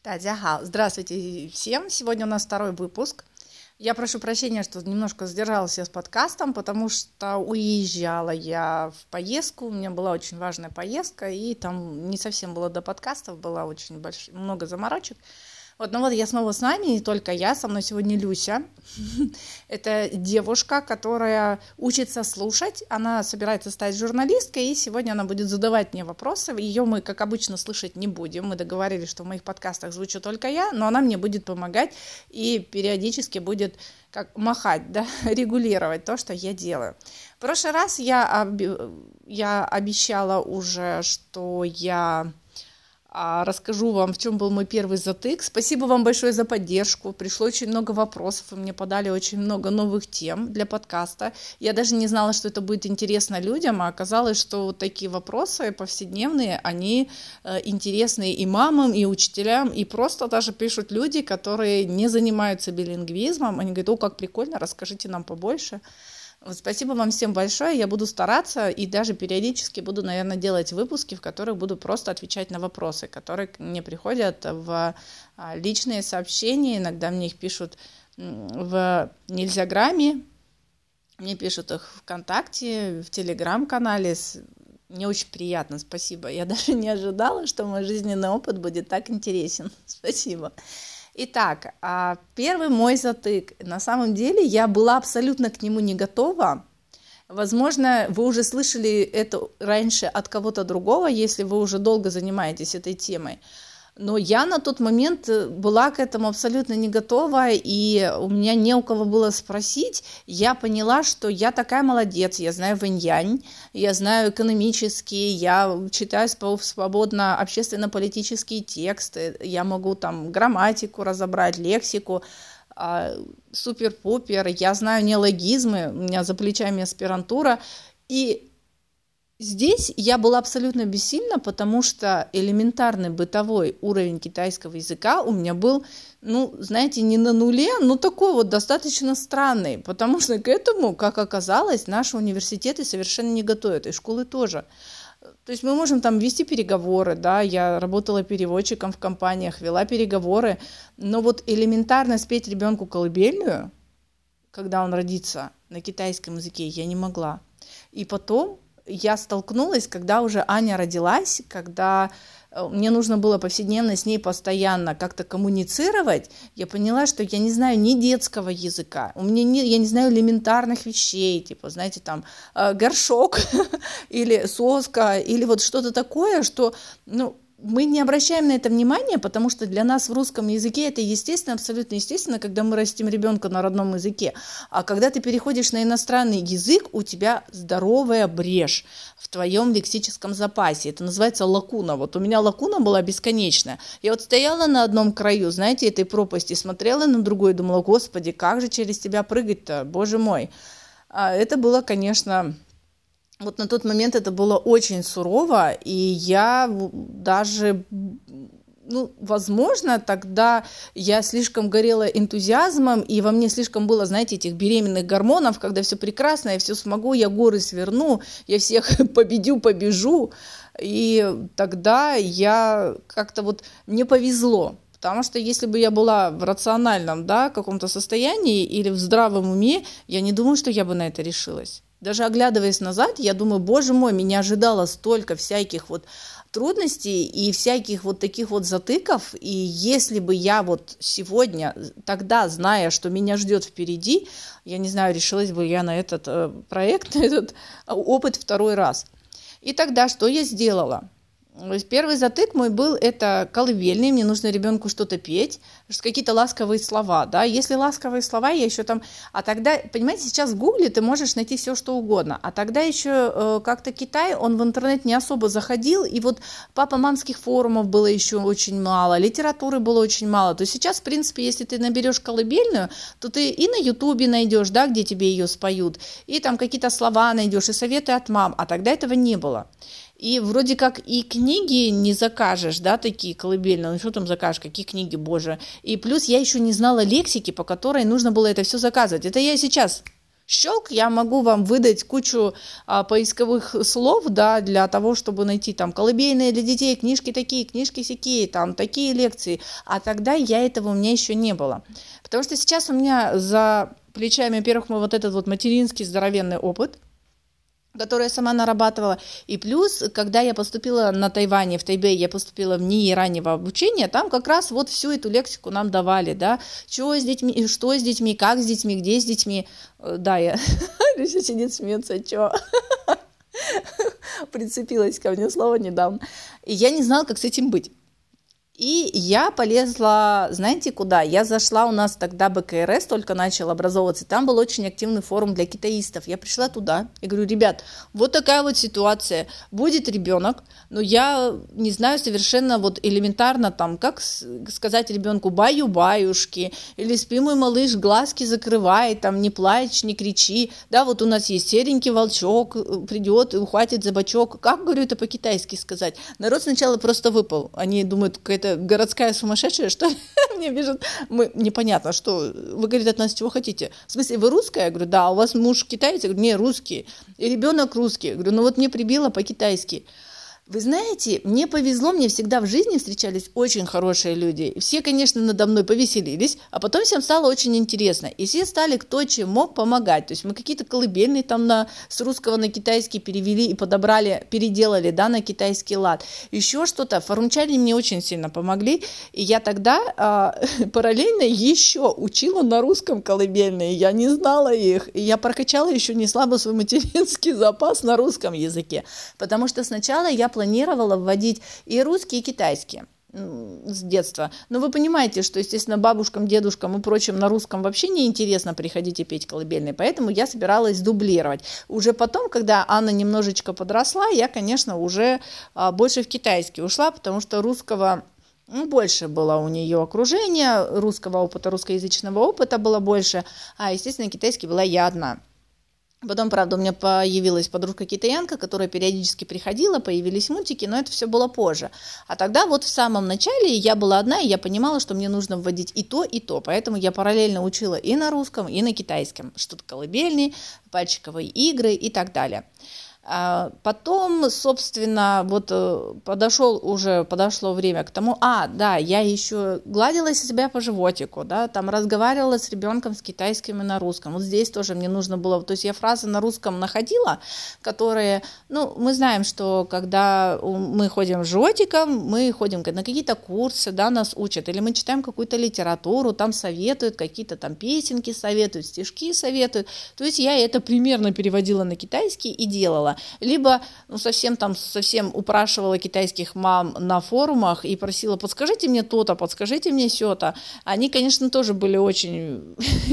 Здравствуйте всем. Сегодня у нас второй выпуск. Я прошу прощения, что немножко задержалась я с подкастом, потому что уезжала я в поездку. У меня была очень важная поездка, и там не совсем было до подкастов, было очень много заморочек. Я снова с вами, не только я, со мной сегодня Люся. Это девушка, которая учится слушать, она собирается стать журналисткой, и сегодня она будет задавать мне вопросы. Ее мы, как обычно, слышать не будем. Мы договорились, что в моих подкастах звучу только я, но она мне будет помогать и периодически будет как махать, да, регулировать то, что я делаю. В прошлый раз я обещала уже, что я расскажу вам, в чем был мой первый затык. Спасибо вам большое за поддержку. Пришло очень много вопросов, и мне подали очень много новых тем для подкаста. Я даже не знала, что это будет интересно людям, а оказалось, что вот такие вопросы повседневные, они интересны и мамам, и учителям, и просто даже пишут люди, которые не занимаются билингвизмом. Они говорят: как прикольно, расскажите нам побольше. Спасибо вам всем большое, я буду стараться и даже периодически буду, наверное, делать выпуски, в которых буду просто отвечать на вопросы, которые мне приходят в личные сообщения, иногда мне их пишут в Нельзяграме, мне пишут их ВКонтакте, в Телеграм-канале. Мне очень приятно, спасибо. Я даже не ожидала, что мой жизненный опыт будет так интересен. Спасибо. Итак, первый мой затык. На самом деле я была абсолютно к нему не готова. Возможно, вы уже слышали это раньше от кого-то другого, если вы уже долго занимаетесь этой темой. Но я на тот момент была к этому абсолютно не готова, и у меня не у кого было спросить. Я поняла, что я такая молодец, я знаю вэнь-янь, я знаю экономические, я читаю свободно общественно-политические тексты, я могу там грамматику разобрать, лексику, супер-пупер, я знаю неологизмы, у меня за плечами аспирантура, и здесь я была абсолютно бессильна, потому что элементарный бытовой уровень китайского языка у меня был, не на нуле, но такой вот достаточно странный, потому что к этому, как оказалось, наши университеты совершенно не готовят, и школы тоже. То есть мы можем там вести переговоры, да, я работала переводчиком в компаниях, вела переговоры, но вот элементарно спеть ребенку колыбельную, когда он родится на китайском языке, я не могла. И потом я столкнулась, когда уже Аня родилась, когда мне нужно было повседневно с ней постоянно как-то коммуницировать, я поняла, что я не знаю ни детского языка, я не знаю элементарных вещей, типа, знаете, там, горшок или соска, или вот что-то такое, что, мы не обращаем на это внимания, потому что для нас в русском языке это естественно, абсолютно естественно, когда мы растим ребенка на родном языке. А когда ты переходишь на иностранный язык, у тебя здоровая брешь в твоем лексическом запасе. Это называется лакуна. Вот у меня лакуна была бесконечная. Я вот стояла на одном краю, знаете, этой пропасти, смотрела на другой и думала: Господи, как же через тебя прыгать-то, Боже мой. Это было, конечно... Вот на тот момент это было очень сурово, и я даже, возможно, тогда я слишком горела энтузиазмом, и во мне слишком было, знаете, этих беременных гормонов, когда все прекрасно, я все смогу, я горы сверну, я всех побежу, и тогда я как-то мне повезло. Потому что если бы я была в рациональном, каком-то состоянии или в здравом уме, я не думаю, что я бы на это решилась. Даже оглядываясь назад, я думаю: Боже мой, меня ожидало столько всяких трудностей и всяких таких затыков, и если бы я сегодня, тогда, зная, что меня ждет впереди, я не знаю, решилась бы я на этот проект, на этот опыт второй раз. И тогда что я сделала? Первый затык мой был, это колыбельные, мне нужно ребенку что-то петь, какие-то ласковые слова, если ласковые слова, я еще там, а тогда, понимаете, сейчас в Гугле ты можешь найти все, что угодно, а тогда еще как-то Китай, он в интернет не особо заходил, и папа-мамских форумов было еще очень мало, литературы было очень мало, то сейчас, в принципе, если ты наберешь колыбельную, то ты и на Ютубе найдешь, где тебе ее споют, и там какие-то слова найдешь, и советы от мам, а тогда этого не было. И вроде как и книги не закажешь, такие колыбельные, что там закажешь, какие книги, боже. И плюс я еще не знала лексики, по которой нужно было это все заказывать. Это я сейчас щелк, я могу вам выдать кучу поисковых слов, да, для того, чтобы найти там колыбельные для детей, книжки такие, книжки сякие, там такие лекции. А тогда этого у меня еще не было. Потому что сейчас у меня за плечами, во-первых, мой вот этот вот материнский здоровенный опыт, которую я сама нарабатывала. И плюс, когда я поступила на Тайване, в Тайбэй, я поступила в НИИ раннего обучения, там как раз вот всю эту лексику нам давали, да, что с детьми, как с детьми, где с детьми. Да, я Люся сидит, смеется, что? Прицепилась ко мне слово недавно. И я не знала, как с этим быть. И я полезла, знаете, куда? Я зашла, у нас тогда БКРС только начал образовываться, там был очень активный форум для китаистов. Я пришла туда и говорю: ребят, вот такая вот ситуация, будет ребенок, но я не знаю совершенно вот элементарно там, как сказать ребенку баю-баюшки, или спи, мой малыш, глазки закрывай, там, не плачь, не кричи, да, вот у нас есть серенький волчок, придет и ухватит за бочок. Как, говорю, это по-китайски сказать? Народ сначала просто выпал, они думают, какая-то городская сумасшедшая, что ли? Мне пишут, непонятно, что вы, говорит, от нас чего хотите? В смысле, вы русская? Я говорю, да, у вас муж китаец? Я говорю, не, русский. И ребенок русский. Я говорю, ну вот мне прибило по-китайски. Вы знаете, мне повезло, мне всегда в жизни встречались очень хорошие люди. Все, конечно, надо мной повеселились, а потом всем стало очень интересно. И все стали, кто чем мог, помогать. То есть мы какие-то колыбельные там с русского на китайский перевели и подобрали, переделали, да, на китайский лад. Еще что-то. Форумчане мне очень сильно помогли. И я тогда параллельно еще учила на русском колыбельные. Я не знала их. И я прокачала еще не слабо свой материнский запас на русском языке. Потому что сначала я планировала вводить и русский, и китайский с детства. Но вы понимаете, что, естественно, бабушкам, дедушкам и прочим на русском вообще неинтересно приходить и петь колыбельные, поэтому я собиралась дублировать. Уже потом, когда Анна немножечко подросла, я, конечно, уже больше в китайский ушла, потому что русского больше было у нее окружения, русского опыта, русскоязычного опыта было больше, а, естественно, китайский была я одна. Потом, правда, у меня появилась подружка-китаянка, которая периодически приходила, появились мультики, но это все было позже. А тогда вот в самом начале я была одна, и я понимала, что мне нужно вводить и то, поэтому я параллельно учила и на русском, и на китайском. Что-то колыбельные, пальчиковые игры и так далее. Потом, собственно, вот подошло время к тому, да, я еще гладила себя по животику, да, там разговаривала с ребенком с китайским и на русском. Вот здесь тоже мне нужно было, то есть я фразы на русском находила, которые, мы знаем, что когда мы ходим с животиком, мы ходим на какие-то курсы, да, нас учат, или мы читаем какую-то литературу, там советуют, какие-то там песенки советуют, стишки советуют, то есть я это примерно переводила на китайский и делала. Либо совсем упрашивала китайских мам на форумах и просила: подскажите мне то-то, подскажите мне сё-то. Они, конечно, тоже было очень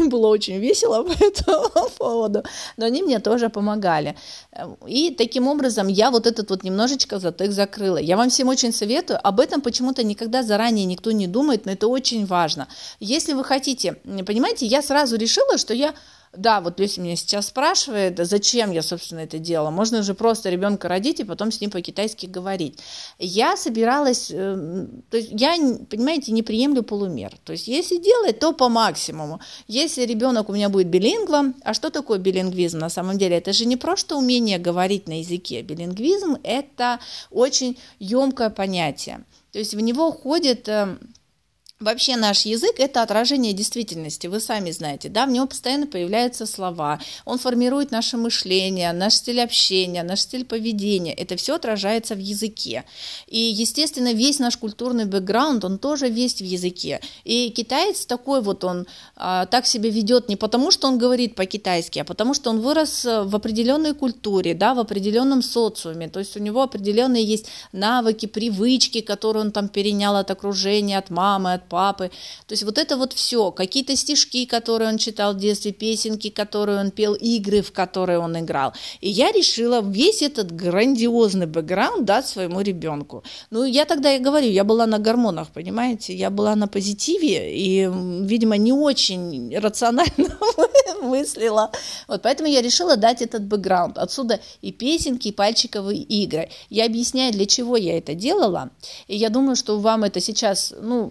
весело по этому поводу, но они мне тоже помогали. И таким образом я вот этот вот немножечко затык закрыла. Я вам всем очень советую, об этом почему-то никогда заранее никто не думает, но это очень важно. Если вы хотите, понимаете, я сразу решила, что да, вот Люся меня сейчас спрашивает, зачем я, собственно, это делала. Можно же просто ребенка родить и потом с ним по-китайски говорить. Я собиралась, то есть я, понимаете, не приемлю полумер. То есть если делать, то по максимуму. Если ребенок у меня будет билингвом, а что такое билингвизм на самом деле? Это же не просто умение говорить на языке. Билингвизм – это очень емкое понятие. То есть в него входит... Вообще наш язык – это отражение действительности, вы сами знаете, да, в него постоянно появляются слова, он формирует наше мышление, наш стиль общения, наш стиль поведения, это все отражается в языке. И, естественно, весь наш культурный бэкграунд, он тоже весь в языке. И китаец такой вот, он так себя ведет не потому, что он говорит по-китайски, а потому, что он вырос в определенной культуре, да, в определенном социуме, то есть у него определенные есть навыки, привычки, которые он там перенял от окружения, от мамы, от папы, то есть вот это вот все, какие-то стишки, которые он читал в детстве, песенки, которые он пел, игры, в которые он играл. И я решила весь этот грандиозный бэкграунд дать своему ребенку. Я тогда и говорю, я была на гормонах, понимаете, я была на позитиве и, видимо, не очень рационально мыслила. Вот поэтому я решила дать этот бэкграунд. Отсюда и песенки, и пальчиковые игры. Я объясняю, для чего я это делала, и я думаю, что вам это сейчас, будет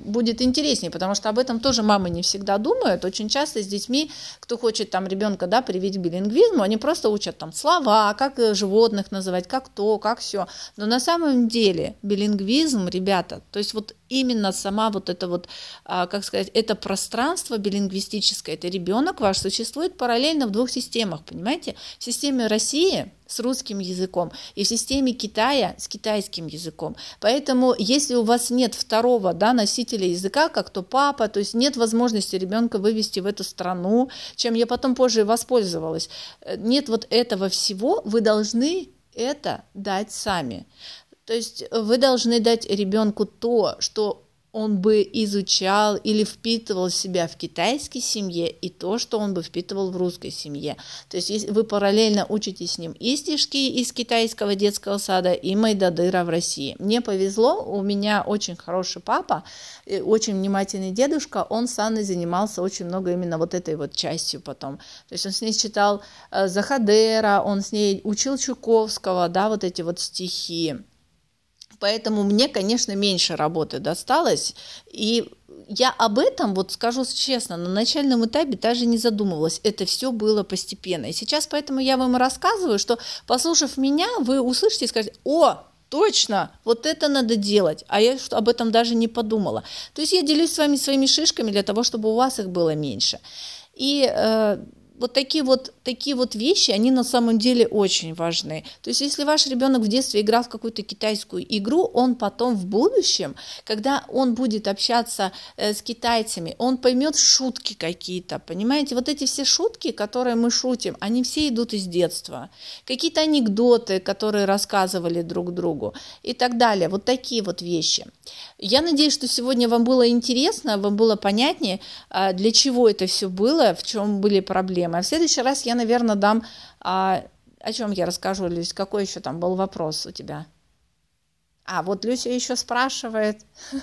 интереснее, потому что об этом тоже мамы не всегда думают. Очень часто с детьми, кто хочет там ребенка, да, привить к билингвизму, они просто учат там слова, как животных называть, как то, как все. Но на самом деле билингвизм, ребята, то есть вот именно сама вот это вот, как сказать, это пространство билингвистическое, это ребенок ваш существует параллельно в двух системах, понимаете? В системе России с русским языком и в системе Китая с китайским языком. Поэтому, если у вас нет второго, да, носителя языка, как то папа, то есть нет возможности ребенка вывести в эту страну, чем я потом позже воспользовалась, нет вот этого всего, вы должны это дать сами. То есть вы должны дать ребенку то, что он бы изучал или впитывал в себя в китайской семье, и то, что он бы впитывал в русской семье. То есть если вы параллельно учите с ним и стишки из китайского детского сада, и майдадыра в России. Мне повезло, у меня очень хороший папа, очень внимательный дедушка, он с Анной занимался очень много именно вот этой вот частью потом. То есть он с ней читал Захадера, он с ней учил Чуковского, да, вот эти вот стихи. Поэтому мне, конечно, меньше работы досталось, и я об этом, вот скажу честно, на начальном этапе даже не задумывалась, это все было постепенно. И сейчас поэтому я вам рассказываю, что, послушав меня, вы услышите и скажете: «О, точно, вот это надо делать», а я об этом даже не подумала. То есть я делюсь с вами своими шишками для того, чтобы у вас их было меньше. И вот такие вот вещи, они на самом деле очень важны. То есть если ваш ребенок в детстве играл в какую-то китайскую игру, он потом в будущем, когда он будет общаться с китайцами, он поймет шутки какие-то, понимаете? Вот эти все шутки, которые мы шутим, они все идут из детства. Какие-то анекдоты, которые рассказывали друг другу и так далее. Вот такие вот вещи. Я надеюсь, что сегодня вам было интересно, вам было понятнее, для чего это все было, в чем были проблемы. А в следующий раз я, наверное, дам... О чем я расскажу, Люсь? Какой еще там был вопрос у тебя? Вот Люся еще спрашивает,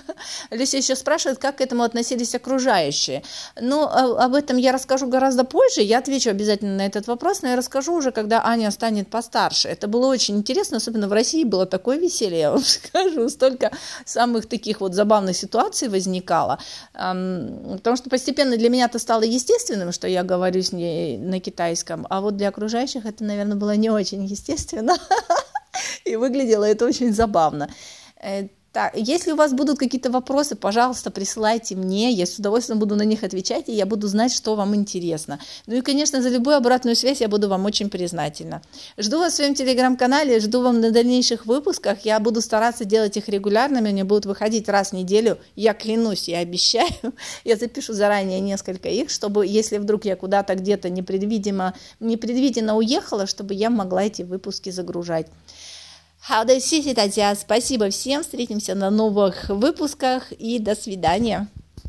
как к этому относились окружающие. Ну, об этом я расскажу гораздо позже, я отвечу обязательно на этот вопрос, но я расскажу уже, когда Аня станет постарше. Это было очень интересно, особенно в России было такое веселье, я вам скажу, столько самых таких вот забавных ситуаций возникало, потому что постепенно для меня это стало естественным, что я говорю с ней на китайском, а вот для окружающих это, наверное, было не очень естественно. И выглядело это очень забавно. Так, если у вас будут какие-то вопросы, пожалуйста, присылайте мне, я с удовольствием буду на них отвечать, и я буду знать, что вам интересно. Ну и, конечно, за любую обратную связь я буду вам очень признательна. Жду вас в своем телеграм-канале, жду вам на дальнейших выпусках, я буду стараться делать их регулярными, они будут выходить раз в неделю, я клянусь, я обещаю, я запишу заранее несколько их, чтобы, если вдруг я куда-то где-то непредвиденно уехала, чтобы я могла эти выпуски загружать. 好的，谢谢大家，спасибо всем, встретимся на новых выпусках и до свидания.